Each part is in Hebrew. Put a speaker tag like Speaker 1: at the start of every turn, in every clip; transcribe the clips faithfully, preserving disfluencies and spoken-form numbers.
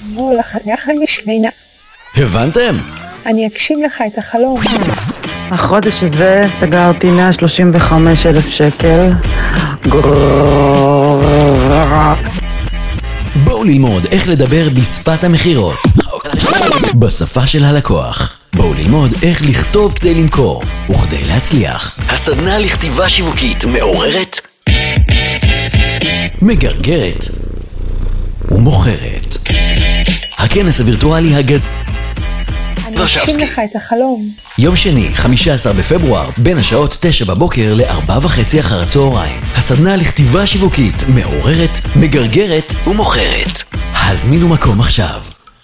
Speaker 1: בוא לחנך למשמינה.
Speaker 2: הבנתם?
Speaker 1: אני אגשים לך את החלום.
Speaker 3: החודש הזה סגרתי מאה שלושים וחמישה אלף שקל.
Speaker 2: בואו ללמוד איך לדבר בשפת המחירות. בשפה של הלקוח. בואו ללמוד איך לכתוב כדי למכור וכדי להצליח. הסדנה לכתיבה שיווקית מעוררת, מגרגרת ומוכרת. הכנס הווירטואלי הגדול.
Speaker 1: אני אגשים לך את החלום.
Speaker 2: יום שני, חמישה עשר בפברואר, בין השעות תשע בבוקר לארבע וחצי אחר הצהריים. הסדנה לכתיבה שיווקית מעוררת, מגרגרת ומוכרת. הזמינו מקום עכשיו.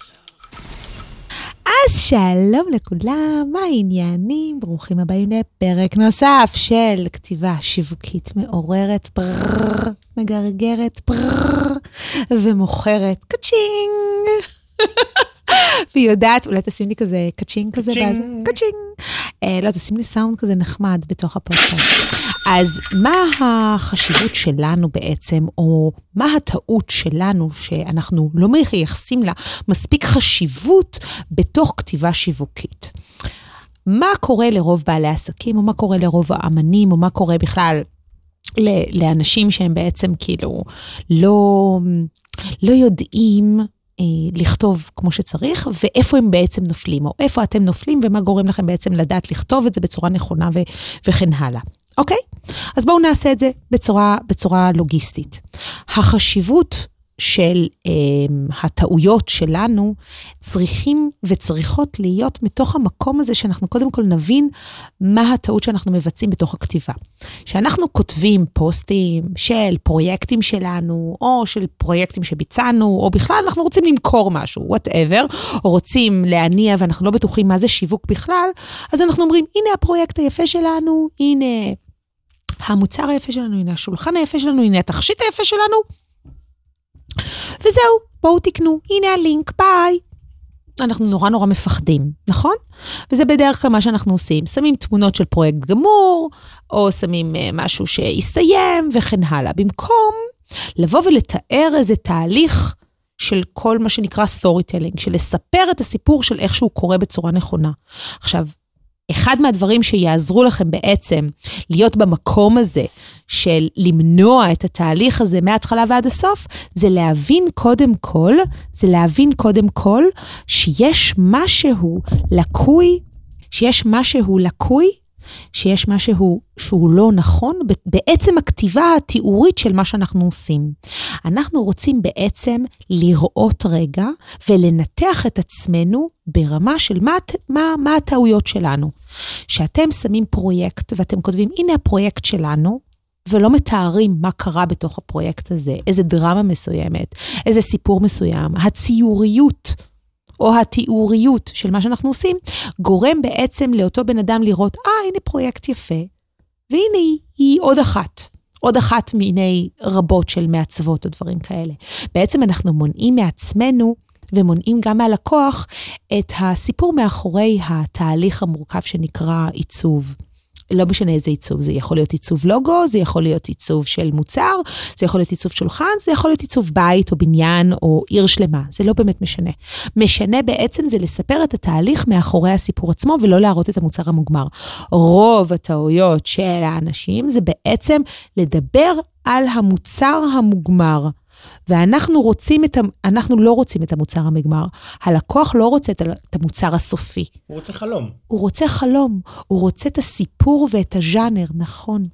Speaker 4: אז שלום לכולם, מה העניינים? ברוכים הבאים לפרק נוסף של כתיבה שיווקית מעוררת, פררר, מגרגרת, פררר, ומוכרת, קצ'ינג. והיא יודעת, אולי תשים לי כזה קצ'ינג כזה, קצ'ינג. לא, תשים לי סאונד כזה נחמד בתוך הפודקאסט. אז מה החשיבות שלנו בעצם, או מה הטעות שלנו שאנחנו לא מייחסים לה מספיק חשיבות בתוך כתיבה שיווקית? מה קורה לרוב בעלי עסקים, או מה קורה לרוב האמנים, או מה קורה בכלל לאנשים שהם בעצם כאילו לא, לא יודעים לכתוב כמו שצריך, ואיפה הם בעצם נופלים, או איפה אתם נופלים, ומה גורם לכם בעצם לדעת לכתוב את זה בצורה נכונה ו- וכן הלאה. אוקיי? אז בואו נעשה את זה בצורה, בצורה לוגיסטית. החשיבות של אה, הטעויות שלנו צריכים וצריכות להיות מתוך המקום הזה שאנחנו קודם כל נבין מה הטעות שאנחנו מבצעים בתוך הכתיבה. שאנחנו כותבים פוסטים של פרויקטים שלנו, או של פרויקטים שביצענו, או בכלל אנחנו רוצים למכור משהו, whatever, או רוצים להניע ואנחנו לא בטוחים מה זה שיווק בכלל, אז אנחנו אומרים, הנה הפרויקט היפה שלנו, הנה המוצר היפה שלנו, הנה השולחן היפה שלנו, הנה התכשיט היפה שלנו, וזהו, בואו תקנו, הנה הלינק, ביי. אנחנו נורא נורא מפחדים, נכון? וזה בדרך כלל מה שאנחנו עושים, שמים תמונות של פרויקט גמור, או שמים משהו שהסתיים, וכן הלאה. במקום לבוא ולתאר איזה תהליך של כל מה שנקרא סטורי טלינג, של לספר את הסיפור של איך שהוא קורה בצורה נכונה. עכשיו, אחד מהדברים שיעזרו לכם בעצם להיות במקום הזה של למנוע את התהליך הזה מההתחלה ועד הסוף, זה להבין קודם כל, זה להבין קודם כל שיש משהו לקוי, שיש משהו לקוי, שיש משהו שהוא לא נכון, בעצם הכתיבה התיאורית של מה שאנחנו עושים. אנחנו רוצים בעצם לראות רגע ולנתח את עצמנו ברמה של מה, מה, מה הטעויות שלנו. שאתם שמים פרויקט ואתם כותבים, הנה הפרויקט שלנו, ולא מתארים מה קרה בתוך הפרויקט הזה, איזה דרמה מסוימת, איזה סיפור מסוים, הציוריות, או התיאוריות של מה שאנחנו עושים, גורם בעצם לאותו בן אדם לראות, אה, הנה פרויקט יפה, והנה היא, היא עוד אחת, עוד אחת מיני רבות של מעצבות או דברים כאלה. בעצם אנחנו מונעים מעצמנו, ומונעים גם מהלקוח, את הסיפור מאחורי התהליך המורכב שנקרא עיצוב. לא משנה איזה עיצוב, זה יכול להיות עיצוב לוגו, זה יכול להיות עיצוב של מוצר, זה יכול להיות עיצוב שולחן, זה יכול להיות עיצוב בית או בניין או עיר שלמה, זה לא באמת משנה. משנה בעצם זה לספר את התהליך מאחורי הסיפור עצמו, ולא להראות את המוצר המוגמר. רוב הטעויות של האנשים זה בעצם לדבר על המוצר המוגמר, ואנחנו רוצים את, אנחנו לא רוצים את המוצר המגמר. הלקוח לא רוצה את המוצר הסופי.
Speaker 5: הוא רוצה חלום.
Speaker 4: הוא רוצה חלום. הוא רוצה את הסיפור ואת הז'אנר, נכון.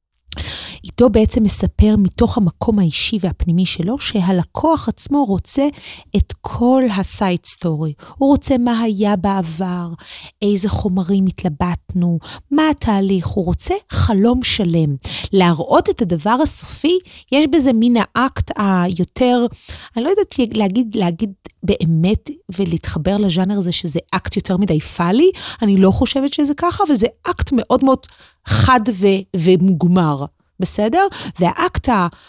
Speaker 4: איתו בעצם מספר מתוך המקום האישי והפנימי שלו, שהלקוח עצמו רוצה את כל הסייד סטורי. הוא רוצה מה היה בעבר, איזה חומרים התלבטנו, מה התהליך, הוא רוצה חלום שלם. להראות את הדבר הסופי, יש בזה מין האקט היותר, אני לא יודעת להגיד, להגיד באמת ולהתחבר לז'אנר הזה שזה אקט יותר מדי פאלי, אני לא חושבת שזה ככה, אבל זה אקט מאוד מאוד חד ו- ומוגמר. בסדר? והאקט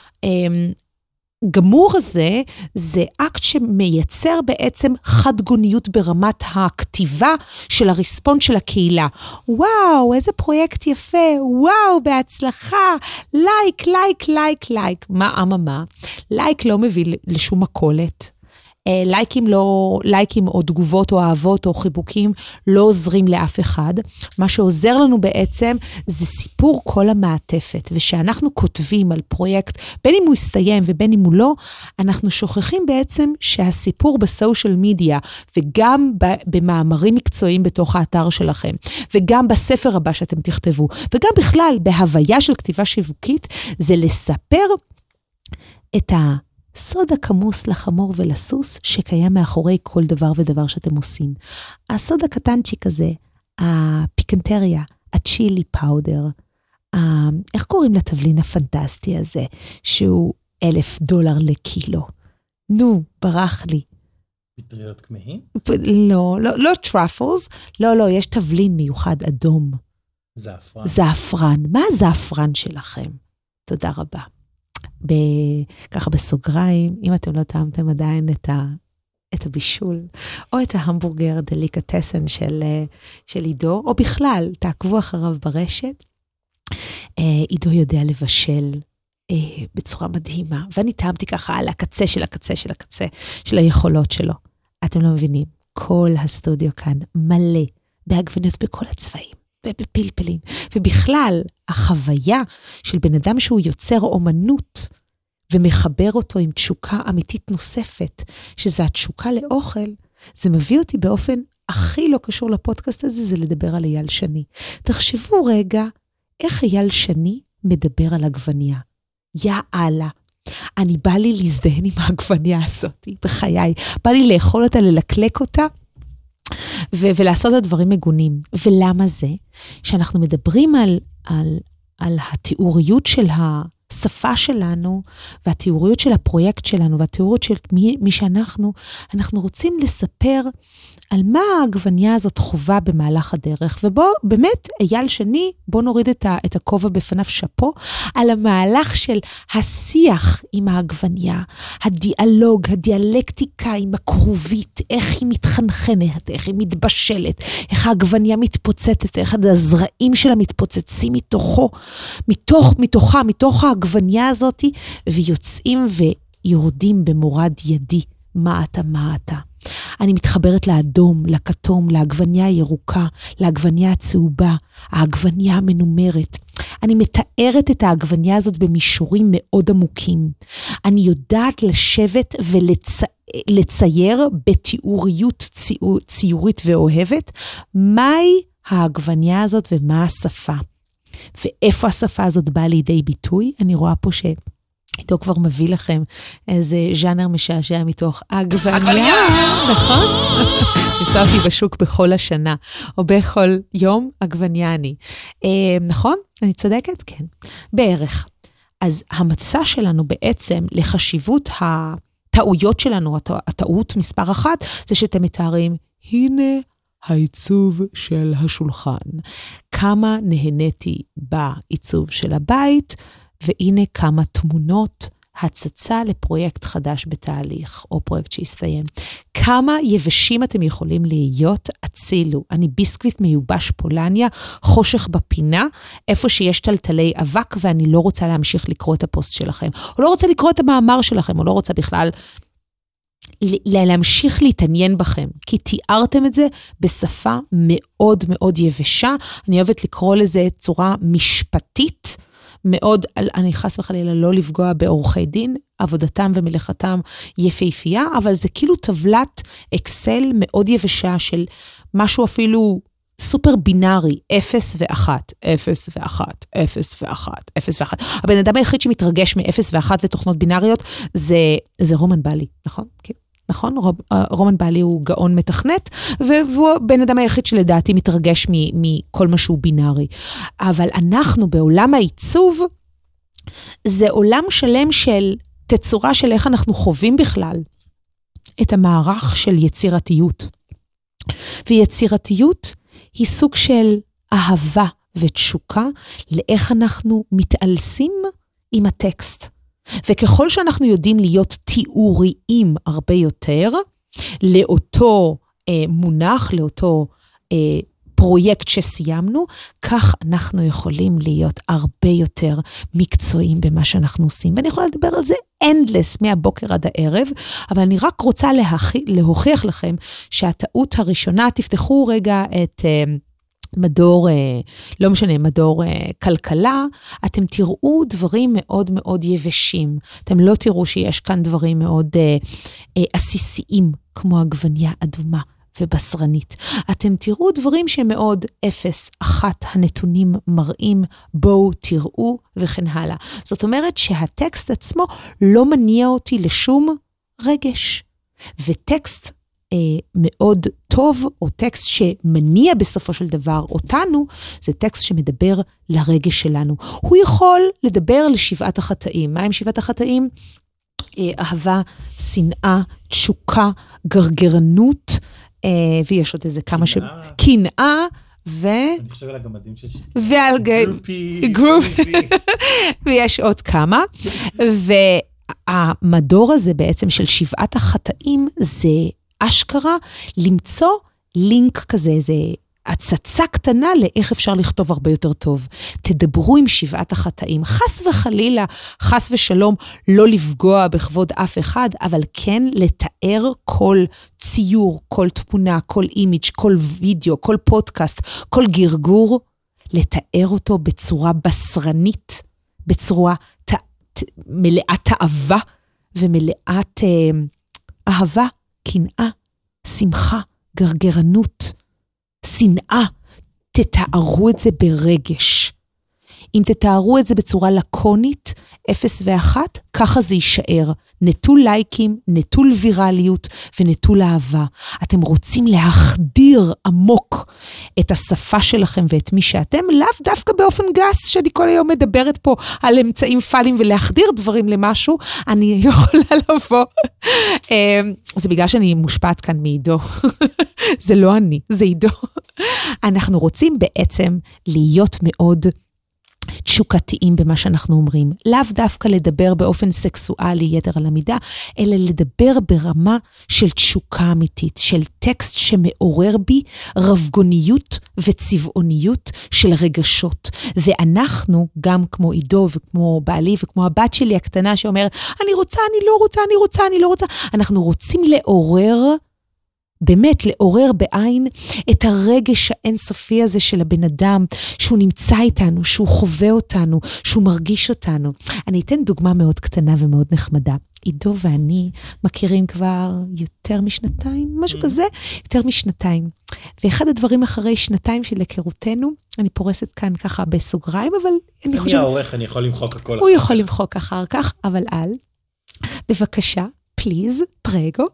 Speaker 4: הגמור הזה, זה אקט שמייצר בעצם חד-גוניות ברמת הכתיבה של הרספונס של הקהילה. וואו, איזה פרויקט יפה, וואו, בהצלחה, לייק, לייק, לייק, לייק. מה, מה, מה? לייק לא מביא לשום מקולת. לייקים, לא, לייקים או תגובות או אהבות או חיבוקים לא עוזרים לאף אחד. מה שעוזר לנו בעצם זה סיפור כל המעטפת, ושאנחנו כותבים על פרויקט, בין אם הוא יסתיים ובין אם הוא לא, אנחנו שוכחים בעצם שהסיפור בסושיאל מדיה, וגם במאמרים מקצועיים בתוך האתר שלכם, וגם בספר הבא שאתם תכתבו, וגם בכלל בהוויה של כתיבה שיווקית, זה לספר את ה... סוד הכמוס לחמור ולסוס שקיים מאחורי כל דבר ודבר שאתם עושים. הסוד הקטנצ'יק הזה, הפיקנטריה, הצ'ילי פאודר, ה... איך קוראים לתבלין הפנטסטי הזה, שהוא אלף דולר לקילו? נו, ברח לי.
Speaker 5: פטריות כמהים?
Speaker 4: לא, לא, לא טראפלס, לא, לא, יש תבלין מיוחד אדום.
Speaker 5: זעפרן.
Speaker 4: זעפרן, מה הזעפרן שלכם? תודה רבה. ב... ככה בסוגריים, אם אתם לא טעמתם עדיין את, ה... את הבישול, או את ההמבורגר דליקטסן של, של עידו, או בכלל, תעקבו אחריו ברשת, עידו יודע לבשל בצורה מדהימה, ואני טעמתי ככה על הקצה של הקצה של הקצה של היכולות שלו. אתם לא מבינים, כל הסטודיו כאן מלא בעגבניות בכל הצבעים. ובפלפלים, ובכלל החוויה של בן אדם שהוא יוצר אומנות, ומחבר אותו עם תשוקה אמיתית נוספת, שזה התשוקה לאוכל, זה מביא אותי באופן הכי לא קשור לפודקאסט הזה, זה לדבר על אייל שני. תחשבו רגע, איך אייל שני מדבר על עגבניה. יא אללה. אני בא לי להזדהן עם העגבניה הזאת, בחיי. בא לי לאכול אותה, ללקלק אותה, ו- ולעשות את הדברים מגונים. ולמה זה? שאנחנו מדברים על, על, על התיאוריות של השפה שלנו, והתיאוריות של הפרויקט שלנו, והתיאוריות של מי, מי שאנחנו, אנחנו רוצים לספר על מה העגבניה הזאת חובה במהלך הדרך, ובוא, באמת, אייל שני, בוא נוריד את, ה, את הכובע בפניו שפו, על המהלך של השיח עם העגבניה, הדיאלוג, הדיאלקטיקה עם הכרובית, איך היא מתחנחנת, איך היא מתבשלת, איך העגבניה מתפוצצת, איך הזרעים שלה מתפוצצים מתוכו, מתוך, מתוכה, מתוך העגבניה הזאת, ויוצאים ויורדים במורד ידי, מה אתה, מה אתה. אני מתחברת לאדום, לכתום, לעגבניה הירוקה, לעגבניה הצהובה, העגבניה המנומרת. אני מתארת את העגבניה הזאת במישורים מאוד עמוקים. אני יודעת לשבת ולצייר בתיאוריות ציור, ציורית ואוהבת, מהי העגבניה הזאת ומה השפה. ואיפה השפה הזאת באה לידי ביטוי? אני רואה פה ש... איתו כבר מביא לכם איזה ז'אנר משעשע מתוך עגבניה, נכון? נמצא אותי בשוק בכל השנה, או בכל יום עגבניאני. נכון? אני צודקת? כן. בערך. אז המצע שלנו בעצם לחשיבות הטעויות שלנו, הטעות מספר אחת, זה שאתם מתארים, הנה העיצוב של השולחן. כמה נהניתי בעיצוב של הבית, והנה כמה תמונות הצצה לפרויקט חדש בתהליך, או פרויקט שהסתיים. כמה יבשים אתם יכולים להיות? הצילו. אני ביסקוויט מיובש פולניה, חושך בפינה, איפה שיש טלטלי אבק, ואני לא רוצה להמשיך לקרוא את הפוסט שלכם. או לא רוצה לקרוא את המאמר שלכם, או לא רוצה בכלל להמשיך להתעניין בכם, כי תיארתם את זה בשפה מאוד מאוד יבשה. אני אוהבת לקרוא לזה צורה משפטית, מאוד, אני חס וחלילה לא לפגוע בעורכי דין, עבודתם ומלאכתם יפהפייה, אבל זה כאילו טבלת אקסל מאוד יבשה של משהו אפילו סופר בינארי, אפס ואחת, אפס ואחת, אפס ואחת, אפס ואחת. הבן אדם היחיד שמתרגש מאפס ואחת ותוכנות בינאריות, זה, זה רומן בלי, נכון? כן. נכון? רומן בלי הוא גאון מתכנת, והוא בן אדם היחיד שלדעתי מתרגש מכל משהו בינארי. אבל אנחנו בעולם העיצוב, זה עולם שלם של תצורה של איך אנחנו חווים בכלל את המערך של יצירתיות. ויצירתיות היא סוג של אהבה ותשוקה לאיך אנחנו מתעלסים עם הטקסט. וככל שאנחנו יודעים להיות תיאוריים הרבה יותר, לאותו אה, מונח, לאותו אה, פרויקט שסיימנו, כך אנחנו יכולים להיות הרבה יותר מקצועיים במה שאנחנו עושים. ואני יכולה לדבר על זה endless מהבוקר עד הערב, אבל אני רק רוצה להוכיח, להוכיח לכם שהטעות הראשונה, תפתחו רגע את מדור, לא משנה, מדור כלכלה, אתם תראו דברים מאוד מאוד יבשים. אתם לא תראו שיש כאן דברים מאוד עסיסיים, כמו עגבניה אדומה. ובשרנית. אתם תראו דברים שמאוד אפס, אחת הנתונים מראים, בואו תראו וכן הלאה. זאת אומרת שהטקסט עצמו לא מניע אותי לשום רגש. וטקסט אה, מאוד טוב, או טקסט שמניע בסופו של דבר אותנו, זה טקסט שמדבר לרגש שלנו. הוא יכול לדבר לשבעת החטאים. מה עם שבעת החטאים? אה, אהבה, שנאה, תשוקה, גרגרנות, ויש עוד איזה כמה ש... קנאה, ו... אני
Speaker 5: חושב על הגמדים של...
Speaker 4: ועל גרופי. ויש עוד כמה. והמדור הזה בעצם של שבעת החטאים, זה אשכרה למצוא לינק כזה, זה הצצה קטנה לאיך אפשר לכתוב הרבה יותר טוב. תדברו עם שבעת החטאים. חס וחלילה, חס ושלום, לא לפגוע בכבוד אף אחד, אבל כן לתאר כל ציור, כל תמונה, כל אימיג', כל וידאו, כל פודקאסט, כל גרגור, לתאר אותו בצורה בשרנית, בצורה ת, ת, מלאת תאווה, ומלאת אה, אהבה, קנאה, שמחה, גרגרנות, שנאה, תתארו את זה ברגש. אם תתארו את זה בצורה לקונית, אפס ואחת, ככה זה יישאר. נטול לייקים, נטול וירליות ונטול אהבה. אתם רוצים להחדיר עמוק את השפה שלכם ואת מי שאתם, לאו דווקא באופן גס, שאני כל היום מדברת פה על אמצעים פאליים ולהחדיר דברים למשהו, אני יכולה לבוא. זה בגלל שאני מושפעת כאן מעידו. זה לא אני, זה עידו. אנחנו רוצים בעצם להיות מאוד תשוקתיים במה שאנחנו אומרים. לאו דווקא לדבר באופן סקסואלי יתר על המידה, אלא לדבר ברמה של תשוקה אמיתית, של טקסט שמעורר בי רבגוניות וצבעוניות של רגשות. ואנחנו, גם כמו עידו וכמו בעלי וכמו הבת שלי הקטנה שאומר, אני רוצה, אני לא רוצה, אני רוצה, אני לא רוצה, אנחנו רוצים לעורר באמת לעורר בעין את הרגש האינסופי הזה של הבן אדם, שהוא נמצא איתנו, שהוא חווה אותנו, שהוא מרגיש אותנו. אני אתן דוגמה מאוד קטנה ומאוד נחמדה. עידו ואני מכירים כבר יותר משנתיים, משהו כזה, יותר משנתיים. ואחד הדברים אחרי שנתיים של היכרותנו, אני פורסת כאן ככה בסוגריים, אבל אני חושבת...
Speaker 5: אני העורך, אני יכול למחוק הכל.
Speaker 4: הוא יכול למחוק אחר כך, אבל אל. בבקשה, פליז, פרגו.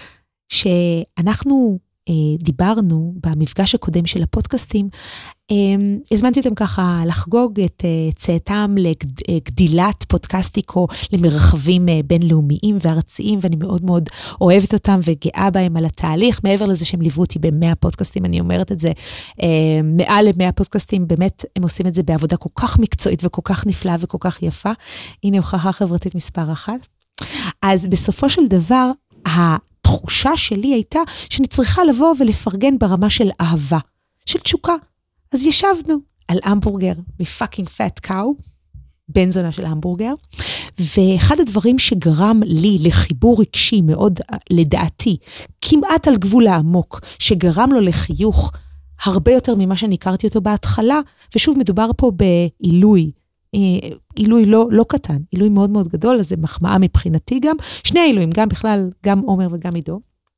Speaker 4: שאנחנו אה, דיברנו במפגש הקודם של הפודקאסטים, אה, הזמנתי אותם ככה לחגוג את אה, צאתם לגדילת פודקאסטיקו למרחבים אה, בינלאומיים וארציים, ואני מאוד מאוד אוהבת אותם וגאה בהם על התהליך, מעבר לזה שהם ליוו אותי במאה פודקאסטים, אני אומרת את זה, אה, מעל למאה פודקאסטים, באמת הם עושים את זה בעבודה כל כך מקצועית וכל כך נפלאה וכל כך יפה. הנה הוכחה חברתית מספר אחת. אז בסופו של דבר, ה... התחושה שלי הייתה שאני צריכה לבוא ולפרגן ברמה של אהבה, של תשוקה. אז ישבנו על המבורגר מפאקינג פאט קאו, בן זונה של המבורגר, ואחד הדברים שגרם לי לחיבור רגשי מאוד, לדעתי, כמעט על גבול העמוק, שגרם לו לחיוך הרבה יותר ממה שאני הכרתי אותו בהתחלה, ושוב מדובר פה בעילוי, עילוי לא, לא קטן, עילוי מאוד מאוד גדול, אז זה מחמאה מבחינתי גם, שני העילויים, גם בכלל, גם עומר וגם עידו.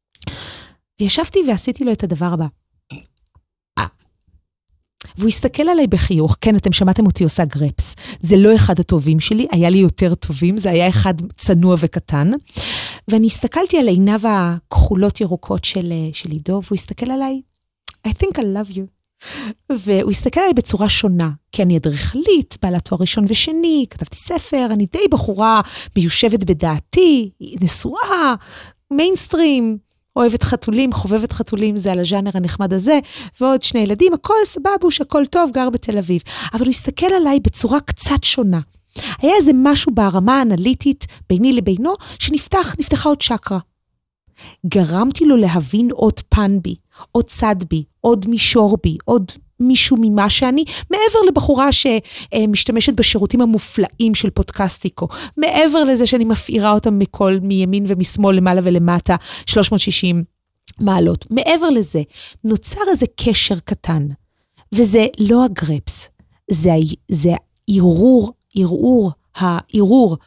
Speaker 4: וישבתי ועשיתי לו את הדבר הבא. והוא הסתכל עליי בחיוך, כן, אתם שמעתם אותי עושה גרפס, זה לא אחד הטובים שלי, היה לי יותר טובים, זה היה אחד צנוע וקטן, ואני הסתכלתי על עיניו הכחולות ירוקות של, של עידו, והוא הסתכל עליי, I think I love you. והוא הסתכל עליי בצורה שונה, כי אני אדריכלית, בעלת תואר ראשון ושני, כתבתי ספר, אני די בחורה מיושבת בדעתי, נשואה, מיינסטרים, אוהבת חתולים, חובבת חתולים, זה על הז'אנר הנחמד הזה, ועוד שני ילדים, הכל סבבוש, הכל טוב, גר בתל אביב. אבל הוא הסתכל עליי בצורה קצת שונה. היה איזה משהו ברמה האנליטית, ביני לבינו, שנפתח, נפתחה עוד שקרה. גרמתי לו להבין עוד פן בי, עוד צד בי, עוד מישור בי, עוד מישהו ממה שאני, מעבר לבחורה שמשתמשת בשירותים המופלאים של פודקאסטיקו, מעבר לזה שאני מפעירה אותם מכל, מימין ומשמאל, למעלה ולמטה, שלוש מאות ושישים מעלות. מעבר לזה, נוצר איזה קשר קטן, וזה לא הגרפס, זה, זה הערעור, ערעור, הערעור,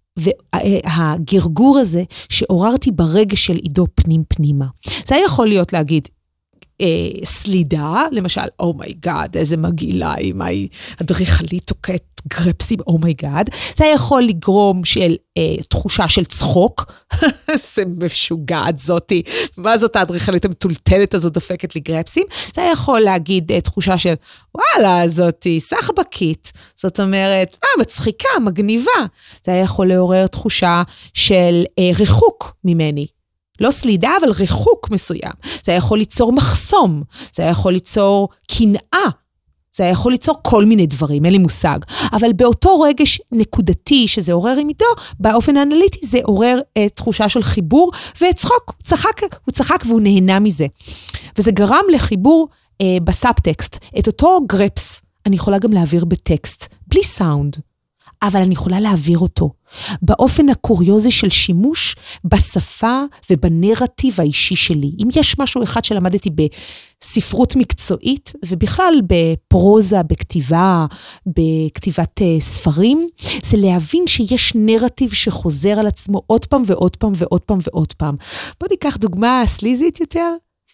Speaker 4: והגרגור הזה שעוררתי ברגש של עידו פנים פנימה. זה יכול להיות להגיד, אה, סלידה, למשל, אומייגאד, איזה מגעילה, אם האדריכלית תוקעת גרפסים, אומייגאד, זה יכול לגרום של אה, תחושה של צחוק, זה משוגעת זאתי, מה זאת האדריכלית המטולטלת הזאת דופקת לי גרפסים, זה יכול להגיד אה, תחושה של, וואלה, זאתי, סחבקית, זאת אומרת, אה, מצחיקה, מגניבה, זה יכול לעורר תחושה של אה, ריחוק ממני, לא סלידה, אבל ריחוק מסוים. זה יכול ליצור מחסום, זה יכול ליצור קנאה, זה יכול ליצור כל מיני דברים, אין לי מושג. אבל באותו רגש נקודתי שזה עורר עם איתו, באופן האנליטי זה עורר אה, תחושה של חיבור, וצחוק, הוא צחק, הוא צחק והוא נהנה מזה. וזה גרם לחיבור אה, בסאבטקסט. את אותו גרפס אני יכולה גם להעביר בטקסט, בלי סאונד. אבל אני יכולה להעביר אותו, באופן הקוריוזי של שימוש בשפה ובנרטיב האישי שלי. אם יש משהו אחד שלמדתי בספרות מקצועית, ובכלל בפרוזה, בכתיבה, בכתיבת ספרים, זה להבין שיש נרטיב שחוזר על עצמו עוד פעם ועוד פעם ועוד פעם ועוד פעם. בוא ניקח דוגמה סליזית יותר,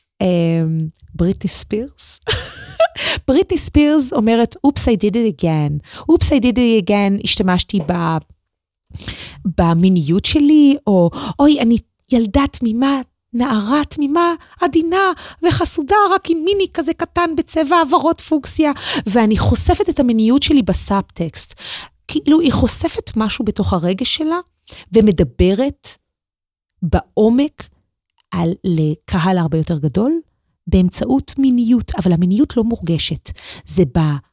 Speaker 4: בריטני ספירס. בריטני ספירס אומרת, oops, I did it again. oops, I did it again, השתמשתי ב, במיניות שלי, או, אוי, אני ילדה תמימה, נערה תמימה, עדינה וחסודה, רק עם מיני כזה קטן בצבע עברות פוקסיה, ואני חושפת את המיניות שלי בסאבטקסט. כאילו, היא חושפת משהו בתוך הרגש שלה, ומדברת בעומק, על לקהל הרבה יותר גדול, באמצעות מיניות, אבל המיניות לא מורגשת, זה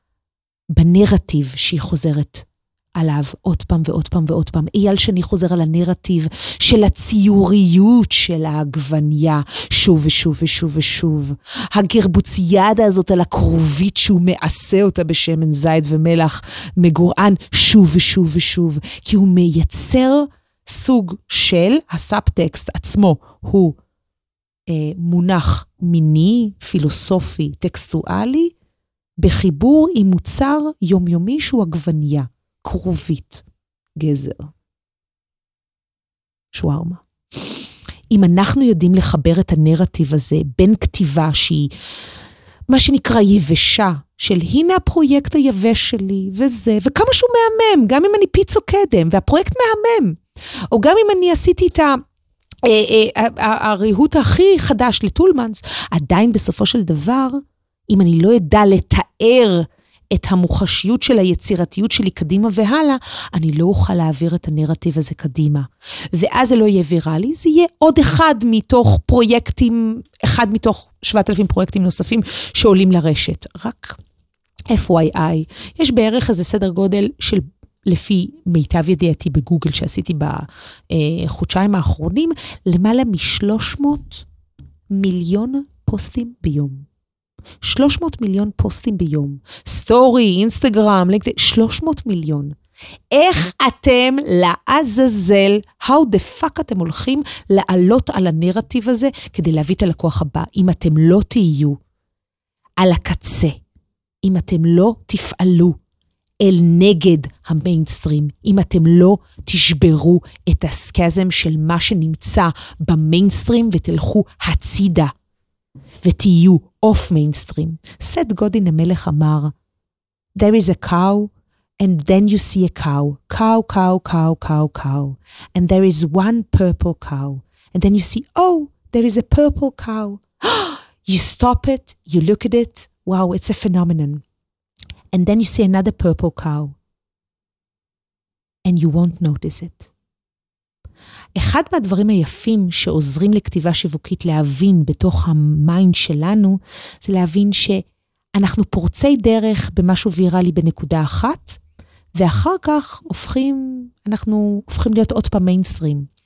Speaker 4: בנרטיב שהיא חוזרת עליו עוד פעם ועוד פעם ועוד פעם. אייל שני חוזר על הנרטיב של הציוריות של העגבניה, שוב ושוב ושוב ושוב. הגרבוציאדה הזאת על הקרובית שהוא מעשה אותה בשמן זית ומלח מגורען, שוב ושוב ושוב, כי הוא מייצר סוג של, הסאבטקסט עצמו הוא אה, מונח מיני, פילוסופי, טקסטואלי, בחיבור עם מוצר יומיומי שהוא עגבניה, קרובית, גזר, שווארמה. אם אנחנו יודעים לחבר את הנרטיב הזה בין כתיבה שהיא מה שנקרא יבשה, של הנה הפרויקט היבש שלי וזה, וכמה שהוא מהמם, גם אם אני פיצו קדם, והפרויקט מהמם, או גם אם אני עשיתי את הריהוט הכי חדש לטולמנס, עדיין בסופו של דבר, אם אני לא ידע לתאר את המוחשיות של היצירתיות שלי קדימה והלאה, אני לא אוכל להעביר את הנרטיב הזה קדימה. ואז זה לא יהיה ויראלי, זה יהיה עוד אחד מתוך פרויקטים, אחד מתוך שבעת אלפים פרויקטים נוספים שעולים לרשת. רק אף וואי איי, יש בערך איזה סדר גודל של, לפי מיטב ידיעתי בגוגל שעשיתי בחודשיים האחרונים, למעלה מ-שלוש מאות מיליון פוסטים ביום. שלוש מאות מיליון פוסטים ביום. סטורי, אינסטגרם, לינקדאין, שלוש מאות מיליון. איך אתם לעזאזל, how the fuck אתם הולכים לעלות על הנרטיב הזה, כדי להביא את הלקוח הבא, אם אתם לא תהיו על הקצה, אם אתם לא תפעלו אל נגד המיינסטרים, אם אתם לא תשברו את הסקזם של מה שנמצא במיינסטרים, ותלכו הצידה, ותהיו אוף מיינסטרים. סט גודין המלך אמר, there is a cow, and then you see a cow, cow, cow, cow, cow, cow, and there is one purple cow, and then you see, oh, there is a purple cow. You stop it, you look at it, wow, it's a phenomenon. And then you see another purple cow, and you won't notice it. אחד מהדברים היפים שעוזרים לכתיבה שיווקית להבין בתוך המיינד שלנו, זה להבין שאנחנו פורצי דרך במשהו ויראלי בנקודה אחת, ואחר כך הופכים, אנחנו הופכים להיות עוד פעם מיינסטרים.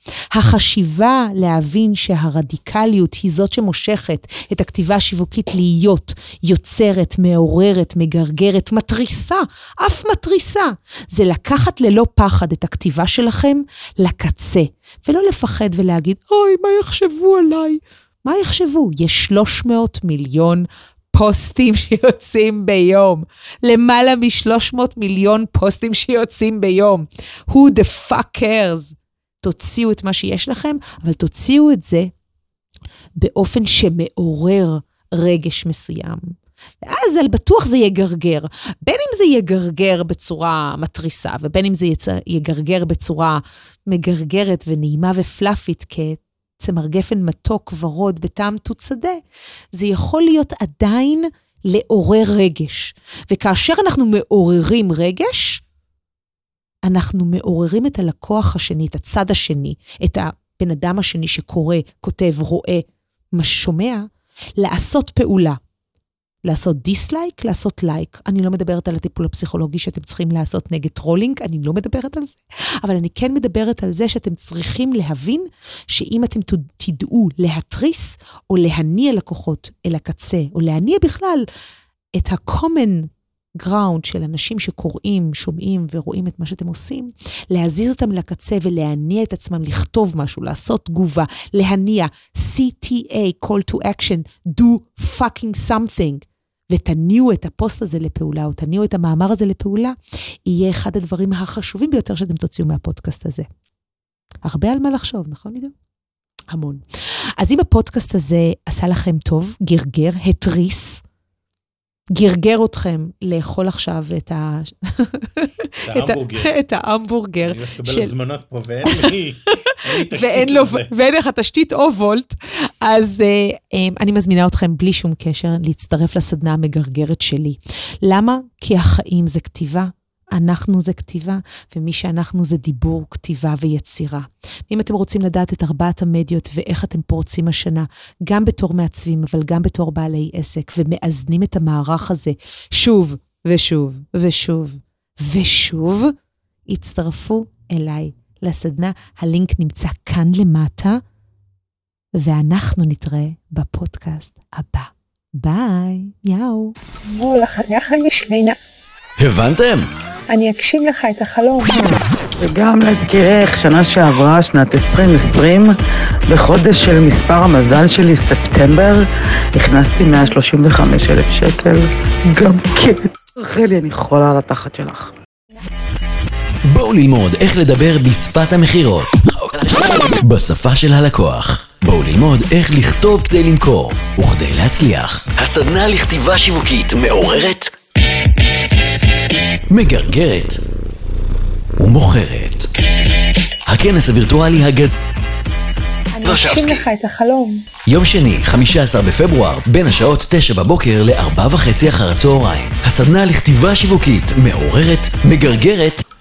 Speaker 4: החשיבה להבין שהרדיקליות היא זאת שמושכת את הכתיבה השיווקית להיות יוצרת, מעוררת, מגרגרת, מטריסה, אף מטריסה. זה לקחת ללא פחד את הכתיבה שלכם לקצה, ולא לפחד ולהגיד, אוי, מה יחשבו עליי? מה יחשבו? יש שלוש מאות מיליון פוסטים שיוצאים ביום. למעלה מ-שלוש מאות מיליון פוסטים שיוצאים ביום. Who the fuck cares? תוציאו את מה שיש לכם, אבל תוציאו את זה באופן שמעורר רגש מסוים. ואז על בטוח זה יגרגר. בין אם זה יגרגר בצורה מטריסה, ובין אם זה יגרגר בצורה מגרגרת ונעימה ופלאפית כ... צמר גפן מתוק ורוד בטעם תוצדה, זה יכול להיות עדיין לעורר רגש. וכאשר אנחנו מעוררים רגש, אנחנו מעוררים את הלקוח השני, את הצד השני, את הבן אדם השני שקורא, כותב, רואה, מה שומע, לעשות פעולה. לעשות דיסלייק, לעשות לייק. אני לא מדברת על הטיפול הפסיכולוגי שאתם צריכים לעשות נגד טרולינג, אני לא מדברת על זה, אבל אני כן מדברת על זה שאתם צריכים להבין שאם אתם תדעו להתריס או להניע לקוחות אל הקצה, או להניע בכלל את ה-common ground של אנשים שקוראים, שומעים ורואים את מה שאתם עושים, להזיז אותם לקצה ולהניע את עצמם, לכתוב משהו, לעשות תגובה, להניע, סי טי איי, call to action, do fucking something, ותניעו את הפוסט הזה לפעולה, או תניעו את המאמר הזה לפעולה, יהיה אחד הדברים החשובים ביותר שאתם תוציאו מהפודקאסט הזה. הרבה על מה לחשוב, נכון לידו? המון. אז אם הפודקאסט הזה עשה לכם טוב, גרגר, התריס, גרגר אתכם לאכול עכשיו את ה... את ההמבורגר.
Speaker 5: אני הולך לקבל הזמנות פה, ואין לי תשתית לזה.
Speaker 4: ואין לך תשתית או וולט, אז אני מזמינה אתכם בלי שום קשר להצטרף לסדנה המגרגרת שלי. למה? כי החיים זה כתיבה, אנחנו זה כתיבה, ומי שאנחנו זה דיבור, כתיבה ויצירה. אם אתם רוצים לדעת את ארבעת המדיות ואיך אתם פורצים השנה, גם בתור מעצבים, אבל גם בתור בעלי עסק, ומאזנים את המערך הזה שוב ושוב ושוב ושוב, הצטרפו אליי לסדנה. הלינק נמצא כאן למטה, ואנחנו נתראה בפודקאסט הבא. ביי, יאו.
Speaker 1: אמרו לך, אני אחרי משלינה.
Speaker 2: הבנתם?
Speaker 1: אני אגשים לך את החלום.
Speaker 3: וגם להזכירך, שנה שעברה, שנת עשרים עשרים, בחודש של מספר המזל שלי, ספטמבר, הכנסתי מאה שלושים וחמישה אלף שקל, גם כן. רחלי, אני חולה על התחת שלך.
Speaker 2: בואו ללמוד איך לדבר בשפת המחירות. בשפה של הלקוח. בואו ללמוד איך לכתוב כדי למכור וכדי להצליח. הסדנה לכתיבה שיווקית מעוררת, מגרגרת ומוכרת. הכנס הווירטואלי הגדול.
Speaker 1: אני אגשים לך את החלום.
Speaker 2: יום שני, חמישה עשר בפברואר, בין השעות תשע בבוקר לארבע וחצי אחר הצהריים. הסדנה לכתיבה שיווקית מעוררת, מגרגרת